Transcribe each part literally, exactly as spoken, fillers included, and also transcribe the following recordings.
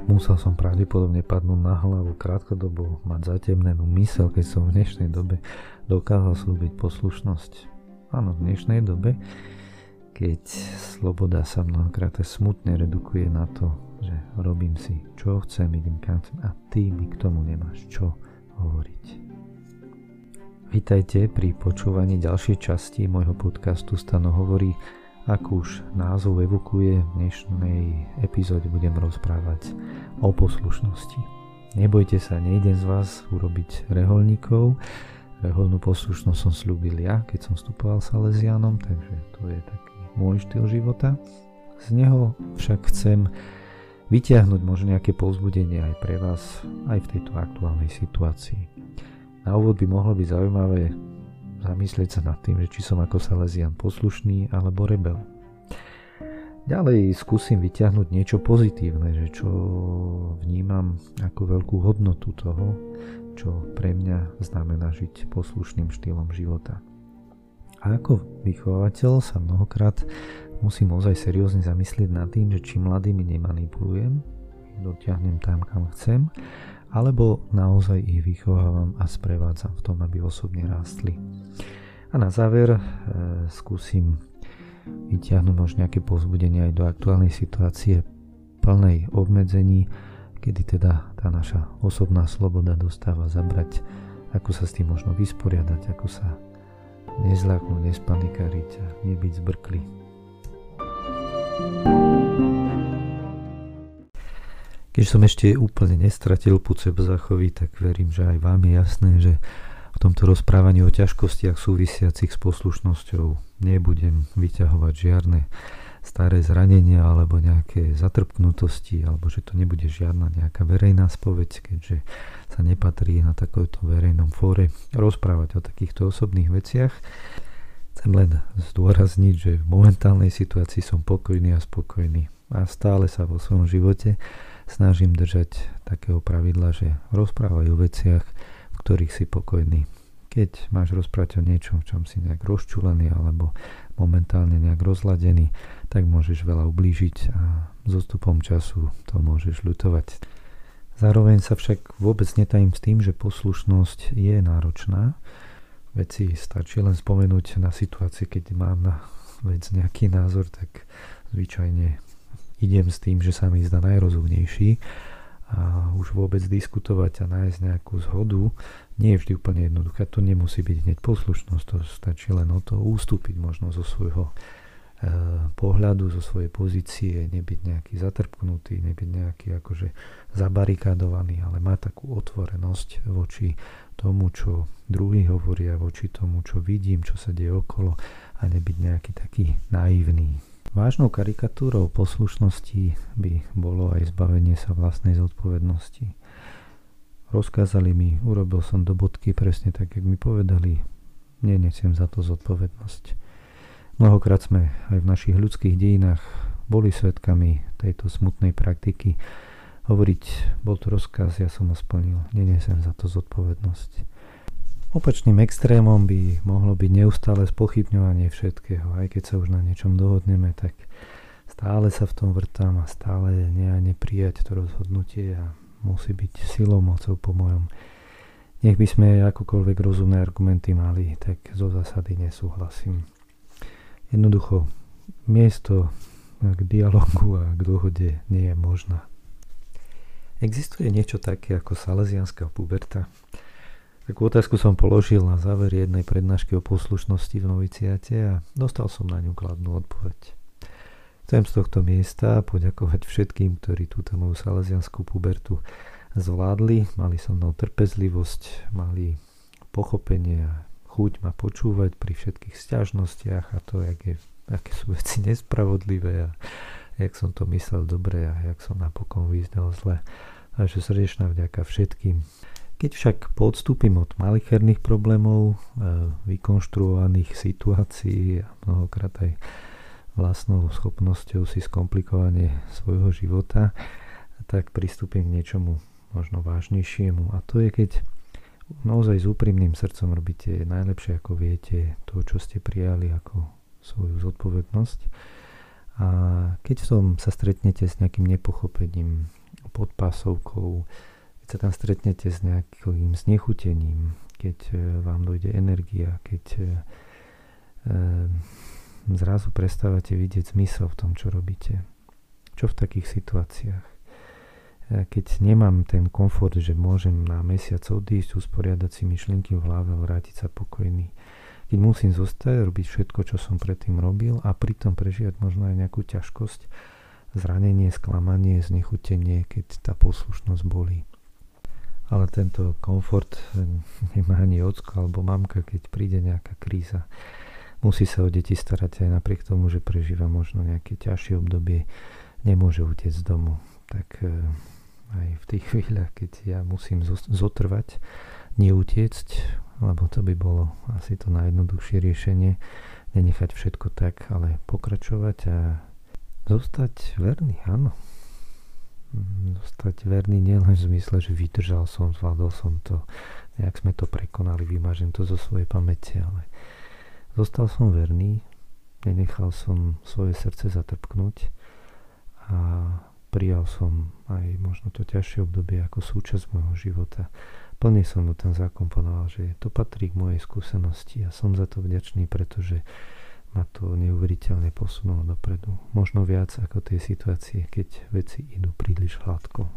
Musel som pravdepodobne padnúť na hlavu krátkodobo, mať zatemnenú myseľ, keď som v dnešnej dobe dokázal slúbiť poslušnosť. Áno, v dnešnej dobe, keď sloboda sa mnohokrát smutne redukuje na to, že robím si čo chcem, idem kam chcem a ty mi k tomu nemáš čo hovoriť. Vítajte pri počúvaní ďalšej časti môjho podcastu Stano hovorí. Ako už názov evokuje, v dnešnej epizóde budem rozprávať o poslušnosti. Nebojte sa, nejdem z vás urobiť reholníkov. Reholnú poslušnosť som sľúbil ja, keď som vstupoval Salesianom, takže to je taký môj štýl života. Z neho však chcem vytiahnuť možno nejaké povzbudenie aj pre vás, aj v tejto aktuálnej situácii. Na úvod by mohlo byť zaujímavé zamyslieť sa nad tým, že či som ako Salesian poslušný alebo rebel. Ďalej skúsim vyťahnuť niečo pozitívne, že čo vnímam ako veľkú hodnotu toho, čo pre mňa znamená žiť poslušným štýlom života. A ako vychovateľ sa mnohokrát musím ozaj seriózne zamyslieť nad tým, že či mladými nemanipulujem, dotiahnem tam, kam chcem, alebo naozaj ich vychovávam a sprevádzam v tom, aby osobne rástli. A na záver e, skúsim vytiahnuť možno nejaké povzbudenie aj do aktuálnej situácie plnej obmedzení, kedy teda tá naša osobná sloboda dostáva zabrať, ako sa s tým možno vysporiadať, ako sa nezľaknúť, nespanikariť a nebyť zbrklý. Keď som ešte úplne nestratil puce v zachovi, tak verím, že aj vám je jasné, že v tomto rozprávaní o ťažkostiach súvisiacich s poslušnosťou nebudem vyťahovať žiadne staré zranenia alebo nejaké zatrpknutosti, alebo že to nebude žiadna nejaká verejná spoveď, keďže sa nepatrí na takomto verejnom fóre rozprávať o takýchto osobných veciach. Chcem len zdôrazniť, že v momentálnej situácii som pokojný a spokojný a stále sa vo svojom živote snažím držať takého pravidla, že rozprávaj o veciach, v ktorých si pokojný. Keď máš rozprávať o niečom, v čom si nejak rozčúlený alebo momentálne nejak rozladený, tak môžeš veľa ublížiť a s odstupom času to môžeš ľutovať. Zároveň sa však vôbec netajím s tým, že poslušnosť je náročná. Veci stačí len spomenúť na situácii, keď mám na vec nejaký názor, tak zvyčajne idem s tým, že sa mi zdá najrozumnejší a už vôbec diskutovať a nájsť nejakú zhodu nie je vždy úplne jednoduché. To nemusí byť hneď poslušnosť, to stačí len o to ústupiť možno zo svojho e, pohľadu, zo svojej pozície, nebyť nejaký zatrpknutý, nebyť nejaký akože zabarikádovaný, ale mať takú otvorenosť voči tomu, čo druhý hovoria, voči tomu, čo vidím, čo sa deje okolo a nebyť nejaký taký naivný. Vážnou karikatúrou poslušnosti by bolo aj zbavenie sa vlastnej zodpovednosti. Rozkázali mi, urobil som do bodky presne tak, jak mi povedali, nenesiem za to zodpovednosť. Mnohokrát sme aj v našich ľudských dejinách boli svedkami tejto smutnej praktiky. Hovoriť, bol to rozkaz, ja som ho splnil, nenesiem za to zodpovednosť. Opačným extrémom by mohlo byť neustále spochybňovanie všetkého. Aj keď sa už na niečom dohodneme, tak stále sa v tom vrtám a stále nie a neprijať to rozhodnutie a musí byť silou, mocou po mojom. Nech by sme akokoľvek rozumné argumenty mali, tak zo zásady nesúhlasím. Jednoducho, miesto k dialogu a k dohode nie je možná. Existuje niečo také ako salesianská puberta? Takú otázku som položil na záver jednej prednášky o poslušnosti v noviciáte a dostal som na ňu kladnú odpoveď. Chcem z tohto miesta poďakovať všetkým, ktorí túto moju salesianskú pubertu zvládli, mali so mnou trpezlivosť, mali pochopenie a chuť ma počúvať pri všetkých sťažnostiach a to, jak je, aké sú veci nespravodlivé a jak som to myslel dobre a jak som napokon vyznel zle. Takže srdečná vďaka všetkým. Keď však podstúpim od malicherných problémov, vykonštruovaných situácií a mnohokrát aj vlastnou schopnosťou si skomplikovanie svojho života, tak pristúpim k niečomu možno vážnejšiemu. A to je, keď naozaj s úprimným srdcom robíte najlepšie, ako viete, to, čo ste prijali ako svoju zodpovednosť. A keď v tom sa stretnete s nejakým nepochopením, pod pásovkou, keď sa tam stretnete s nejakým znechutením, keď vám dojde energia, keď e, zrazu prestávate vidieť zmysel v tom, čo robíte. Čo v takých situáciách? Keď nemám ten komfort, že môžem na mesiac odísť, usporiadať si myšlienky v hlave a vrátiť sa pokojný. Keď musím zostať, robiť všetko, čo som predtým robil a pritom prežívať možno aj nejakú ťažkosť, zranenie, sklamanie, znechutenie, keď tá poslušnosť bolí. Ale tento komfort nemá ani ocko alebo mamka, keď príde nejaká kríza. Musí sa o deti starať aj napriek tomu, že prežíva možno nejaké ťažšie obdobie, nemôže utiecť z domu. Tak aj v tých chvíľach, keď ja musím zotrvať, neutiecť, lebo to by bolo asi to najjednoduchšie riešenie, nenechať všetko tak, ale pokračovať a zostať verný, áno. Zostať verný nielen v zmysle, že vydržal som, zvládol som to, nejak sme to prekonali, vymažem to zo svojej pamäte, ale zostal som verný, nenechal som svoje srdce zatrpknúť a prijal som aj možno to ťažšie obdobie ako súčasť môjho života. Plne som mu tam zakomponoval, že to patrí k mojej skúsenosti a som za to vďačný, pretože ma to neuveriteľne posunulo dopredu. Možno viac ako tie situácie, keď veci idú príliš hladko.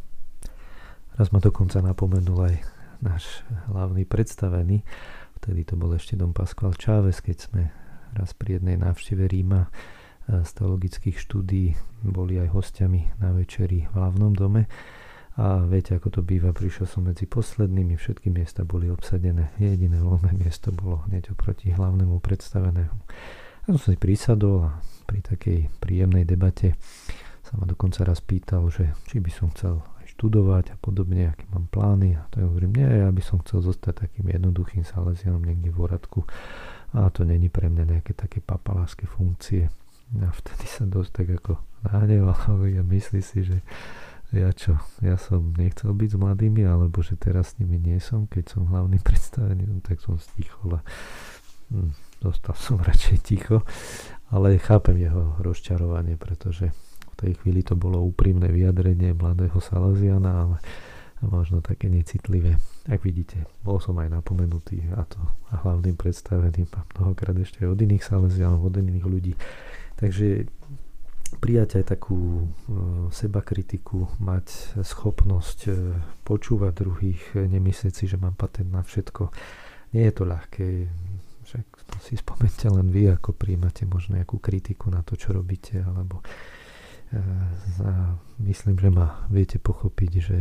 Raz ma dokonca napomenul aj náš hlavný predstavený, vtedy to bol ešte Dom Pascual Chávez, keď sme raz pri jednej návšteve Ríma z teologických štúdií boli aj hostiami na večeri v hlavnom dome a viete, ako to býva, prišiel som medzi poslednými, všetky miesta boli obsadené, jediné voľné miesto bolo hneď oproti hlavnému predstavenému. Ja som si prisadol a pri takej príjemnej debate sa ma dokonca raz pýtal, že či by som chcel aj študovať a podobne, aké mám plány, a to ja hovorím, nie, ja by som chcel zostať takým jednoduchým Salesianom niekde v Oradku a to není pre mňa nejaké také papalášske funkcie. A vtedy sa dosť tak ako nahneval a myslí si, že ja čo, ja som nechcel byť s mladými, alebo že teraz s nimi nie som, keď som hlavný predstavený, no tak som stichol a hm, dostal som radšej ticho, ale chápem jeho rozčarovanie, pretože v tej chvíli to bolo úprimné vyjadrenie mladého Salesiana, ale možno také necitlivé. Ak vidíte, bol som aj napomenutý a to a hlavným predstaveným a mnohokrát ešte od iných Salesianov, od iných ľudí. Takže prijať aj takú e, sebakritiku, mať schopnosť e, počúvať druhých, nemyslieť si, že mám patent na všetko. Nie je to ľahké, však to si spomente len vy, ako príjmate možno nejakú kritiku na to, čo robíte, alebo e, a myslím, že ma viete pochopiť, že,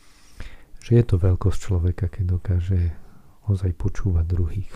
že je to veľkosť človeka, keď dokáže ozaj počúvať druhých.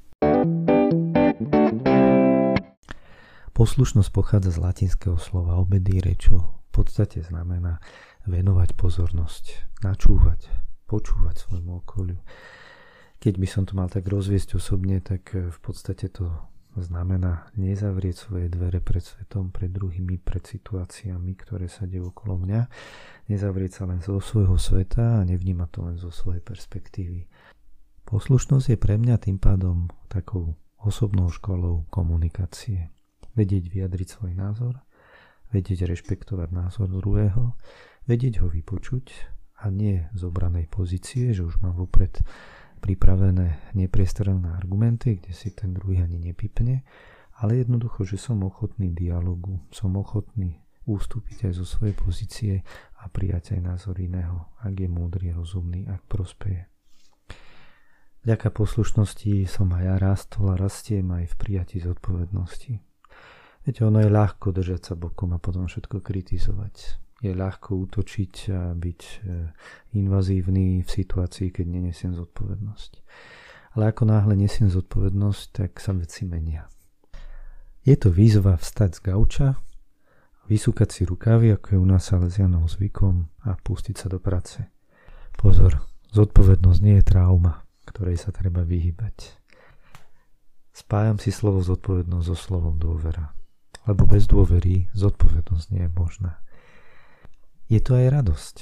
Poslušnosť pochádza z latinského slova obedire, čo v podstate znamená venovať pozornosť, načúvať, počúvať svojmu okoliu. Keď by som to mal tak rozviesť osobne, tak v podstate to znamená nezavrieť svoje dvere pred svetom, pred druhými, pred situáciami, ktoré sa dejú okolo mňa, nezavrieť sa len zo svojho sveta a nevnímať to len zo svojej perspektívy. Poslušnosť je pre mňa tým pádom takou osobnou školou komunikácie. Vedieť vyjadriť svoj názor, vedieť rešpektovať názor druhého, vedieť ho vypočuť a nie z obranej pozície, že už mám vopred pripravené nepriestrelné argumenty, kde si ten druhý ani nepipne, ale jednoducho, že som ochotný dialogu, som ochotný ústúpiť aj zo svojej pozície a prijať aj názor iného, ak je múdry, rozumný, ak prospeje. Vďaka poslušnosti som aj ja rástol a rastiem aj v prijatí zodpovednosti. Viete, ono je ľahko držať sa bokom a potom všetko kritizovať. Je ľahko útočiť a byť invazívny v situácii, keď nenesiem zodpovednosť. Ale ako náhle nesiem zodpovednosť, tak sa veci menia. Je to výzva vstať z gauča, vysúkať si rukávy, ako je u nás Salesianov zvykom, a pustiť sa do práce. Pozor, zodpovednosť nie je trauma, ktorej sa treba vyhýbať. Spájam si slovo zodpovednosť so slovom dôvera. Lebo bez dôvery zodpovednosť nie je možná. Je to aj radosť.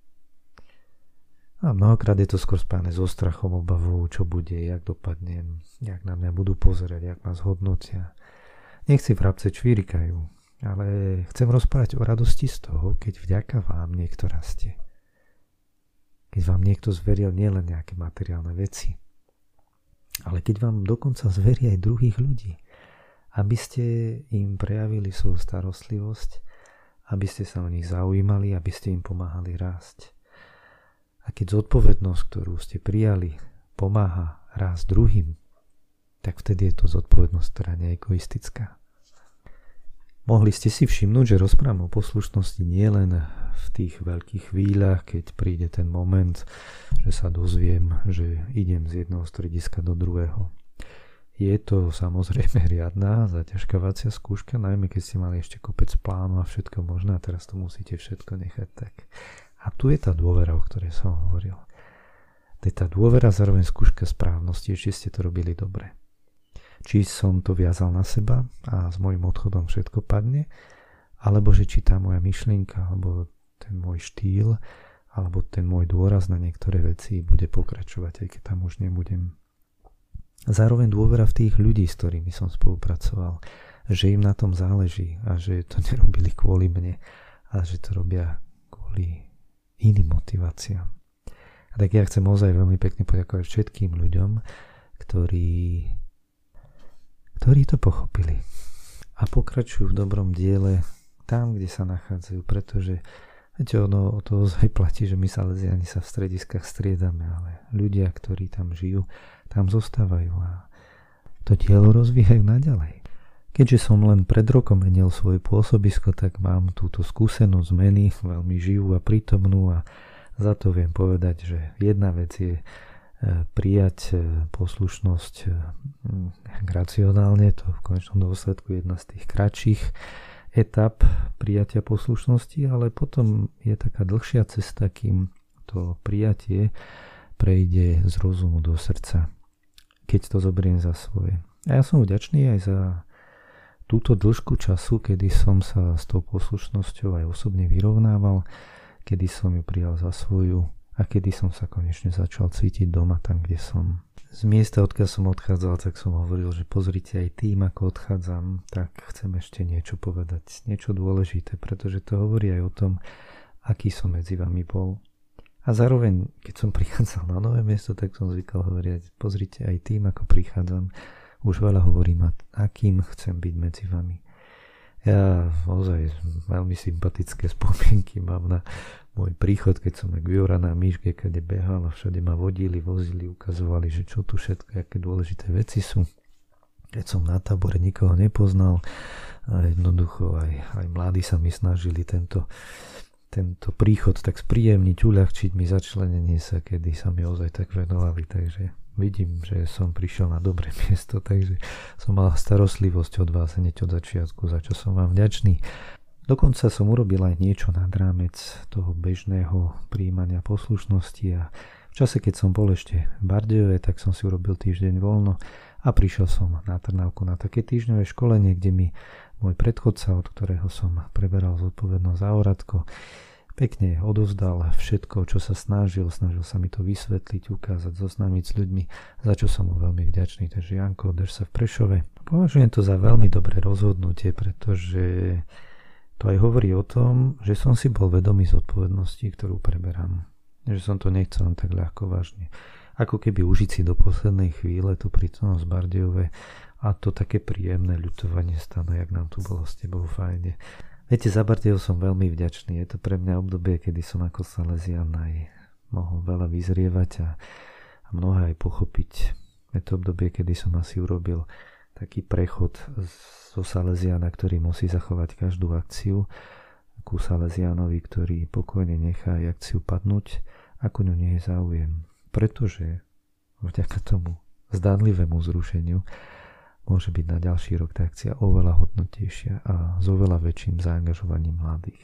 A mnohokrát je to skôr spájane so strachom, obavou, čo bude, jak dopadnem, jak na mňa budú pozerať, jak ma zhodnotia. Nech si vrabce čvírikajú. Ale chcem rozprávať o radosti z toho, keď vďaka vám niekto rastie. Keď vám niekto zveril nielen nejaké materiálne veci, ale keď vám dokonca zverí aj druhých ľudí, aby ste im prejavili svoju starostlivosť, aby ste sa o nich zaujímali, aby ste im pomáhali rásť. A keď zodpovednosť, ktorú ste prijali, pomáha rásť druhým, tak vtedy je to zodpovednosť, ktorá nie je egoistická. Mohli ste si všimnúť, že rozprávam o poslušnosti nie len v tých veľkých chvíľach, keď príde ten moment, že sa dozviem, že idem z jedného strediska do druhého. Je to samozrejme riadna zaťažkávacia skúška, najmä keď ste mali ešte kopec plánu a všetko možné a teraz to musíte všetko nechať tak. A tu je tá dôvera, o ktorej som hovoril. To je tá dôvera, zároveň skúška správnosti, či ste to robili dobre. Či som to viazal na seba a s môjim odchodom všetko padne, alebo že či tá moja myšlienka, alebo ten môj štýl, alebo ten môj dôraz na niektoré veci bude pokračovať, aj keď tam už nebudem. Zároveň dôvera v tých ľudí, s ktorými som spolupracoval, že im na tom záleží a že to nerobili kvôli mne, ale že to robia kvôli iným motiváciám. A tak ja chcem ozaj veľmi pekne poďakovať všetkým ľuďom, ktorí ktorí to pochopili a pokračujú v dobrom diele tam, kde sa nachádzajú, pretože viete, ono o to ozaj platí, že my Salesiáni sa v strediskách striedame, ale ľudia, ktorí tam žijú, tam zostávajú a to dielo rozvíjajú naďalej. Keďže som len pred rokom menil svoje pôsobisko, tak mám túto skúsenosť zmeny veľmi živú a prítomnú a za to viem povedať, že jedna vec je prijať poslušnosť racionálne, to v konečnom dôsledku jedna z tých kratších etap prijatia poslušnosti, ale potom je taká dlhšia cesta, kým to prijatie prejde z rozumu do srdca, keď to zoberiem za svoje. A ja som vďačný aj za túto dĺžku času, kedy som sa s tou poslušnosťou aj osobne vyrovnával, kedy som ju prijal za svoju a kedy som sa konečne začal cítiť doma tam, kde som. Z miesta, odkiaľ som odchádzal, tak som hovoril, že pozrite, aj tým, ako odchádzam, tak chcem ešte niečo povedať, niečo dôležité, pretože to hovorí aj o tom, aký som medzi vami bol. A zároveň, keď som prichádzal na nové miesto, tak som zvykal hovoriť, pozrite, aj tým, ako prichádzam, už veľa hovorím, akým chcem byť medzi vami. Ja ozaj veľmi sympatické spomienky mám na môj príchod, keď som k Viora na Myške, kade behal a všade ma vodili, vozili, ukazovali, že čo tu všetko, aké dôležité veci sú. Keď som na tábore nikoho nepoznal a jednoducho aj, aj mladí sa mi snažili tento, tento príchod tak spríjemniť, uľahčiť mi začlenenie sa, kedy sa mi ozaj tak venovali, takže vidím, že som prišiel na dobré miesto, takže som mal starostlivosť od vás hneď od začiatku, za čo som vám vďačný. Dokonca som urobil aj niečo nad rámec toho bežného prijímania poslušnosti a v čase, keď som bol ešte v Bardejove, tak som si urobil týždeň voľno a prišiel som na Trnavku na také týždňové školenie, kde mi môj predchodca, od ktorého som preberal zodpovednosť za Oradko, pekne odovzdal všetko, čo sa snažil, snažil sa mi to vysvetliť, ukázať, zoznámiť s ľuďmi, za čo som mu veľmi vďačný. Takže Janko, drž sa v Prešove. Považujem to za veľmi dobré rozhodnutie, pretože to aj hovorí o tom, že som si bol vedomý zodpovednosti, ktorú preberám. Že som to nechcel len tak ľahko vážne. Ako keby užiť si do poslednej chvíle tú prítomnosť v Bardejove a to také príjemné ľutovanie stanu, jak nám tu bolo s tebou fajne. Viete, za Bardejov som veľmi vďačný. Je to pre mňa obdobie, kedy som ako Salesian aj mohol veľa vyzrievať a, a mnohé aj pochopiť. Je to obdobie, kedy som asi urobil taký prechod zo Salesiana, ktorý musí zachovať každú akciu, ku Salesianovi, ktorý pokojne nechá aj akciu padnúť, ako ňu nie je záujem. Pretože vďaka tomu zdánlivému zrušeniu môže byť na ďalší rok tá akcia oveľa hodnotejšia a s oveľa väčším zaangažovaním mladých.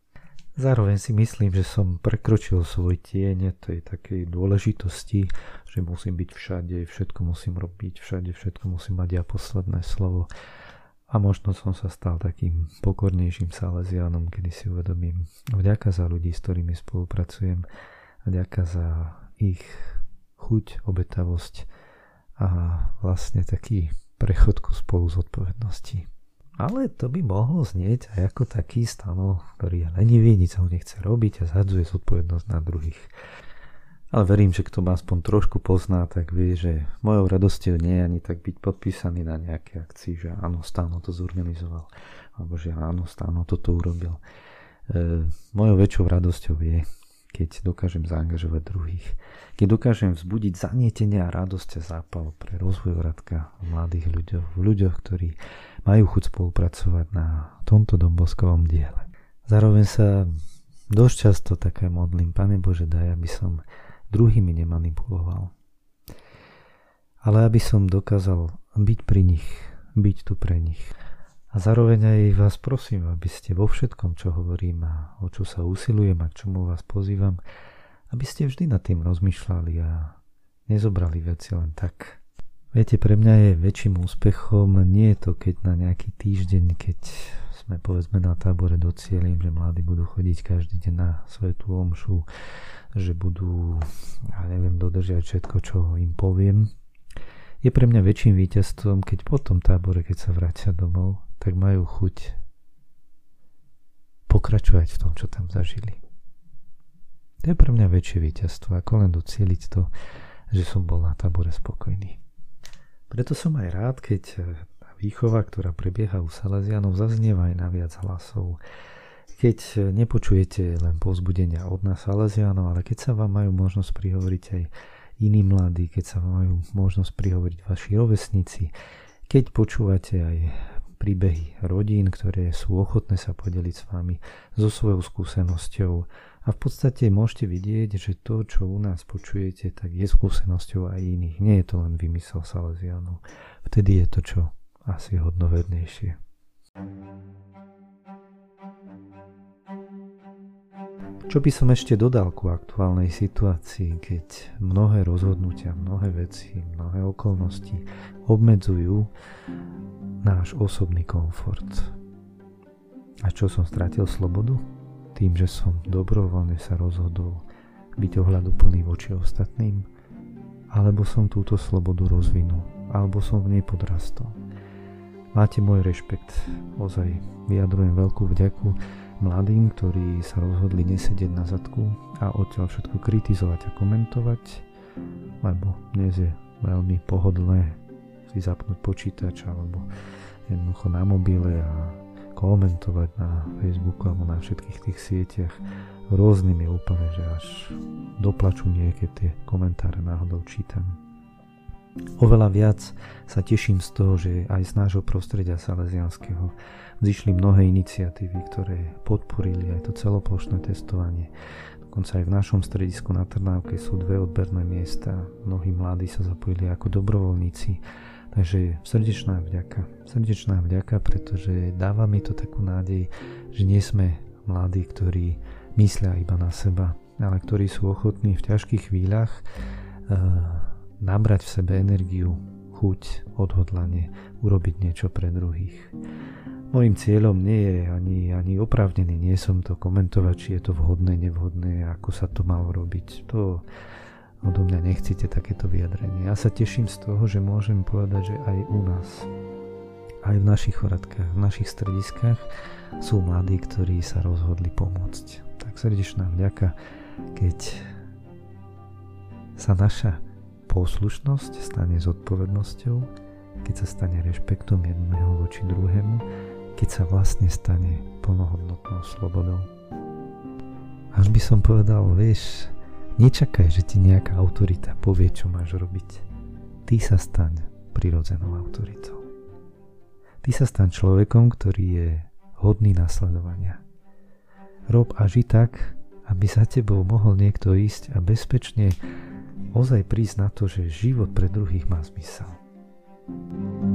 Zároveň si myslím, že som prekročil svoj tieň tej takej dôležitosti, že musím byť všade, všetko musím robiť, všade všetko musím mať ja posledné slovo. A možno som sa stal takým pokornejším Salesianom, kedy si uvedomím, vďaka za ľudí, s ktorými spolupracujem, a vďaka za ich chuť, obetavosť a vlastne taký prechodku spolu zodpovednosti. Ale to by mohlo znieť aj ako taký stanov, ktorý je lenivý, nič sa ho nechce robiť a zhadzuje zodpovednosť na druhých. Ale verím, že kto ma aspoň trošku pozná, tak vie, že mojou radosťou nie je ani tak byť podpísaný na nejaké akcii, že áno, Stano to zorganizoval, alebo že áno, Stano toto urobil. E, mojou väčšou radosťou je, keď dokážem zaangažovať druhých. Keď dokážem vzbudiť zanietenie a radosť a zápal pre rozvoj Radka v mladých ľuďoch, v ľuďoch, ktorí majú chuť spolupracovať na tomto domboskovom diele. Zároveň sa dosť často také modlím, Pane Bože, daj, aby som druhými nemanipuloval. Ale aby som dokázal byť pri nich, byť tu pre nich. A zároveň aj vás prosím, aby ste vo všetkom, čo hovorím a o čo sa usilujem a k čomu vás pozývam, aby ste vždy nad tým rozmýšľali a nezobrali veci len tak. Viete, pre mňa je väčším úspechom nie je to, keď na nejaký týždeň, keď sme povedzme na tábore docielim, že mladí budú chodiť každý deň na svätú omšu, že budú, ja neviem, dodržiať všetko, čo im poviem. Je pre mňa väčším víťazstvom, keď po tom tábore, keď sa vrátia domov, tak majú chuť pokračovať v tom, čo tam zažili. To je pre mňa väčšie víťazstvo, ako len docieliť to, že som bol na tábore spokojný. Preto som aj rád, keď výchova, ktorá prebieha u Salesianov, zaznieva aj na viac hlasov. Keď nepočujete len povzbudenia od nás Salesianov, ale keď sa vám majú možnosť prihovoriť aj iní mladí, keď sa vám majú možnosť prihovoriť vaši rovesníci, keď počúvate aj príbehy rodín, ktoré sú ochotné sa podeliť s vami so svojou skúsenosťou a v podstate môžete vidieť, že to, čo u nás počujete, tak je skúsenosťou aj iných. Nie je to len vymysel Salesianov. Vtedy je to, čo asi hodnovednejšie. Čo by som ešte dodal ku aktuálnej situácii, keď mnohé rozhodnutia, mnohé veci, mnohé okolnosti obmedzujú náš osobný komfort. A čo som stratil slobodu? Tým, že som dobrovoľne sa rozhodol byť ohľaduplný voči ostatným, alebo som túto slobodu rozvinul, alebo som v nej podrastol. Máte môj rešpekt, ozaj vyjadrujem veľkú vďaku mladým, ktorí sa rozhodli nesedieť na zadku a odtiaľ všetko kritizovať a komentovať, lebo dnes je veľmi pohodlné si zapnúť počítač alebo jednoducho na mobile a komentovať na Facebooku alebo na všetkých tých sieťach. Rôznymi úplne, že až doplaču niekedy tie komentáre náhodou čítam. Oveľa viac sa teším z toho, že aj z nášho prostredia salesianskeho vzýšli mnohé iniciatívy, ktoré podporili aj to celoplošné testovanie. Dokonca aj v našom stredisku na Trnávke sú dve odberné miesta. Mnohí mladí sa zapojili ako dobrovoľníci. Takže srdečná vďaka. Srdečná vďaka, pretože dáva mi to takú nádej, že nie sme mladí, ktorí myslia iba na seba, ale ktorí sú ochotní v ťažkých chvíľach uh, nabrať v sebe energiu, chuť, odhodlanie, urobiť niečo pre druhých. Mojím cieľom nie je ani, ani oprávnený, nie som to komentovať, či je to vhodné, nevhodné, ako sa to malo robiť. To odo mňa nechcete takéto vyjadrenie. Ja sa teším z toho, že môžem povedať, že aj u nás, aj v našich Radkách, v našich strediskách sú mladí, ktorí sa rozhodli pomôcť. Tak srdečná vďaka, keď sa naša poslušnosť stane zodpovednosťou, keď sa stane rešpektom jedného voči druhému, keď sa vlastne stane plnohodnotnou slobodou. Až by som povedal, vieš, nečakaj, že ti nejaká autorita povie, čo máš robiť. Ty sa staň prirodzenou autoritou. Ty sa staň človekom, ktorý je hodný nasledovania. Rob a ži tak, aby za tebou mohol niekto ísť a bezpečne ozaj prísť na to, že život pre druhých má zmysel.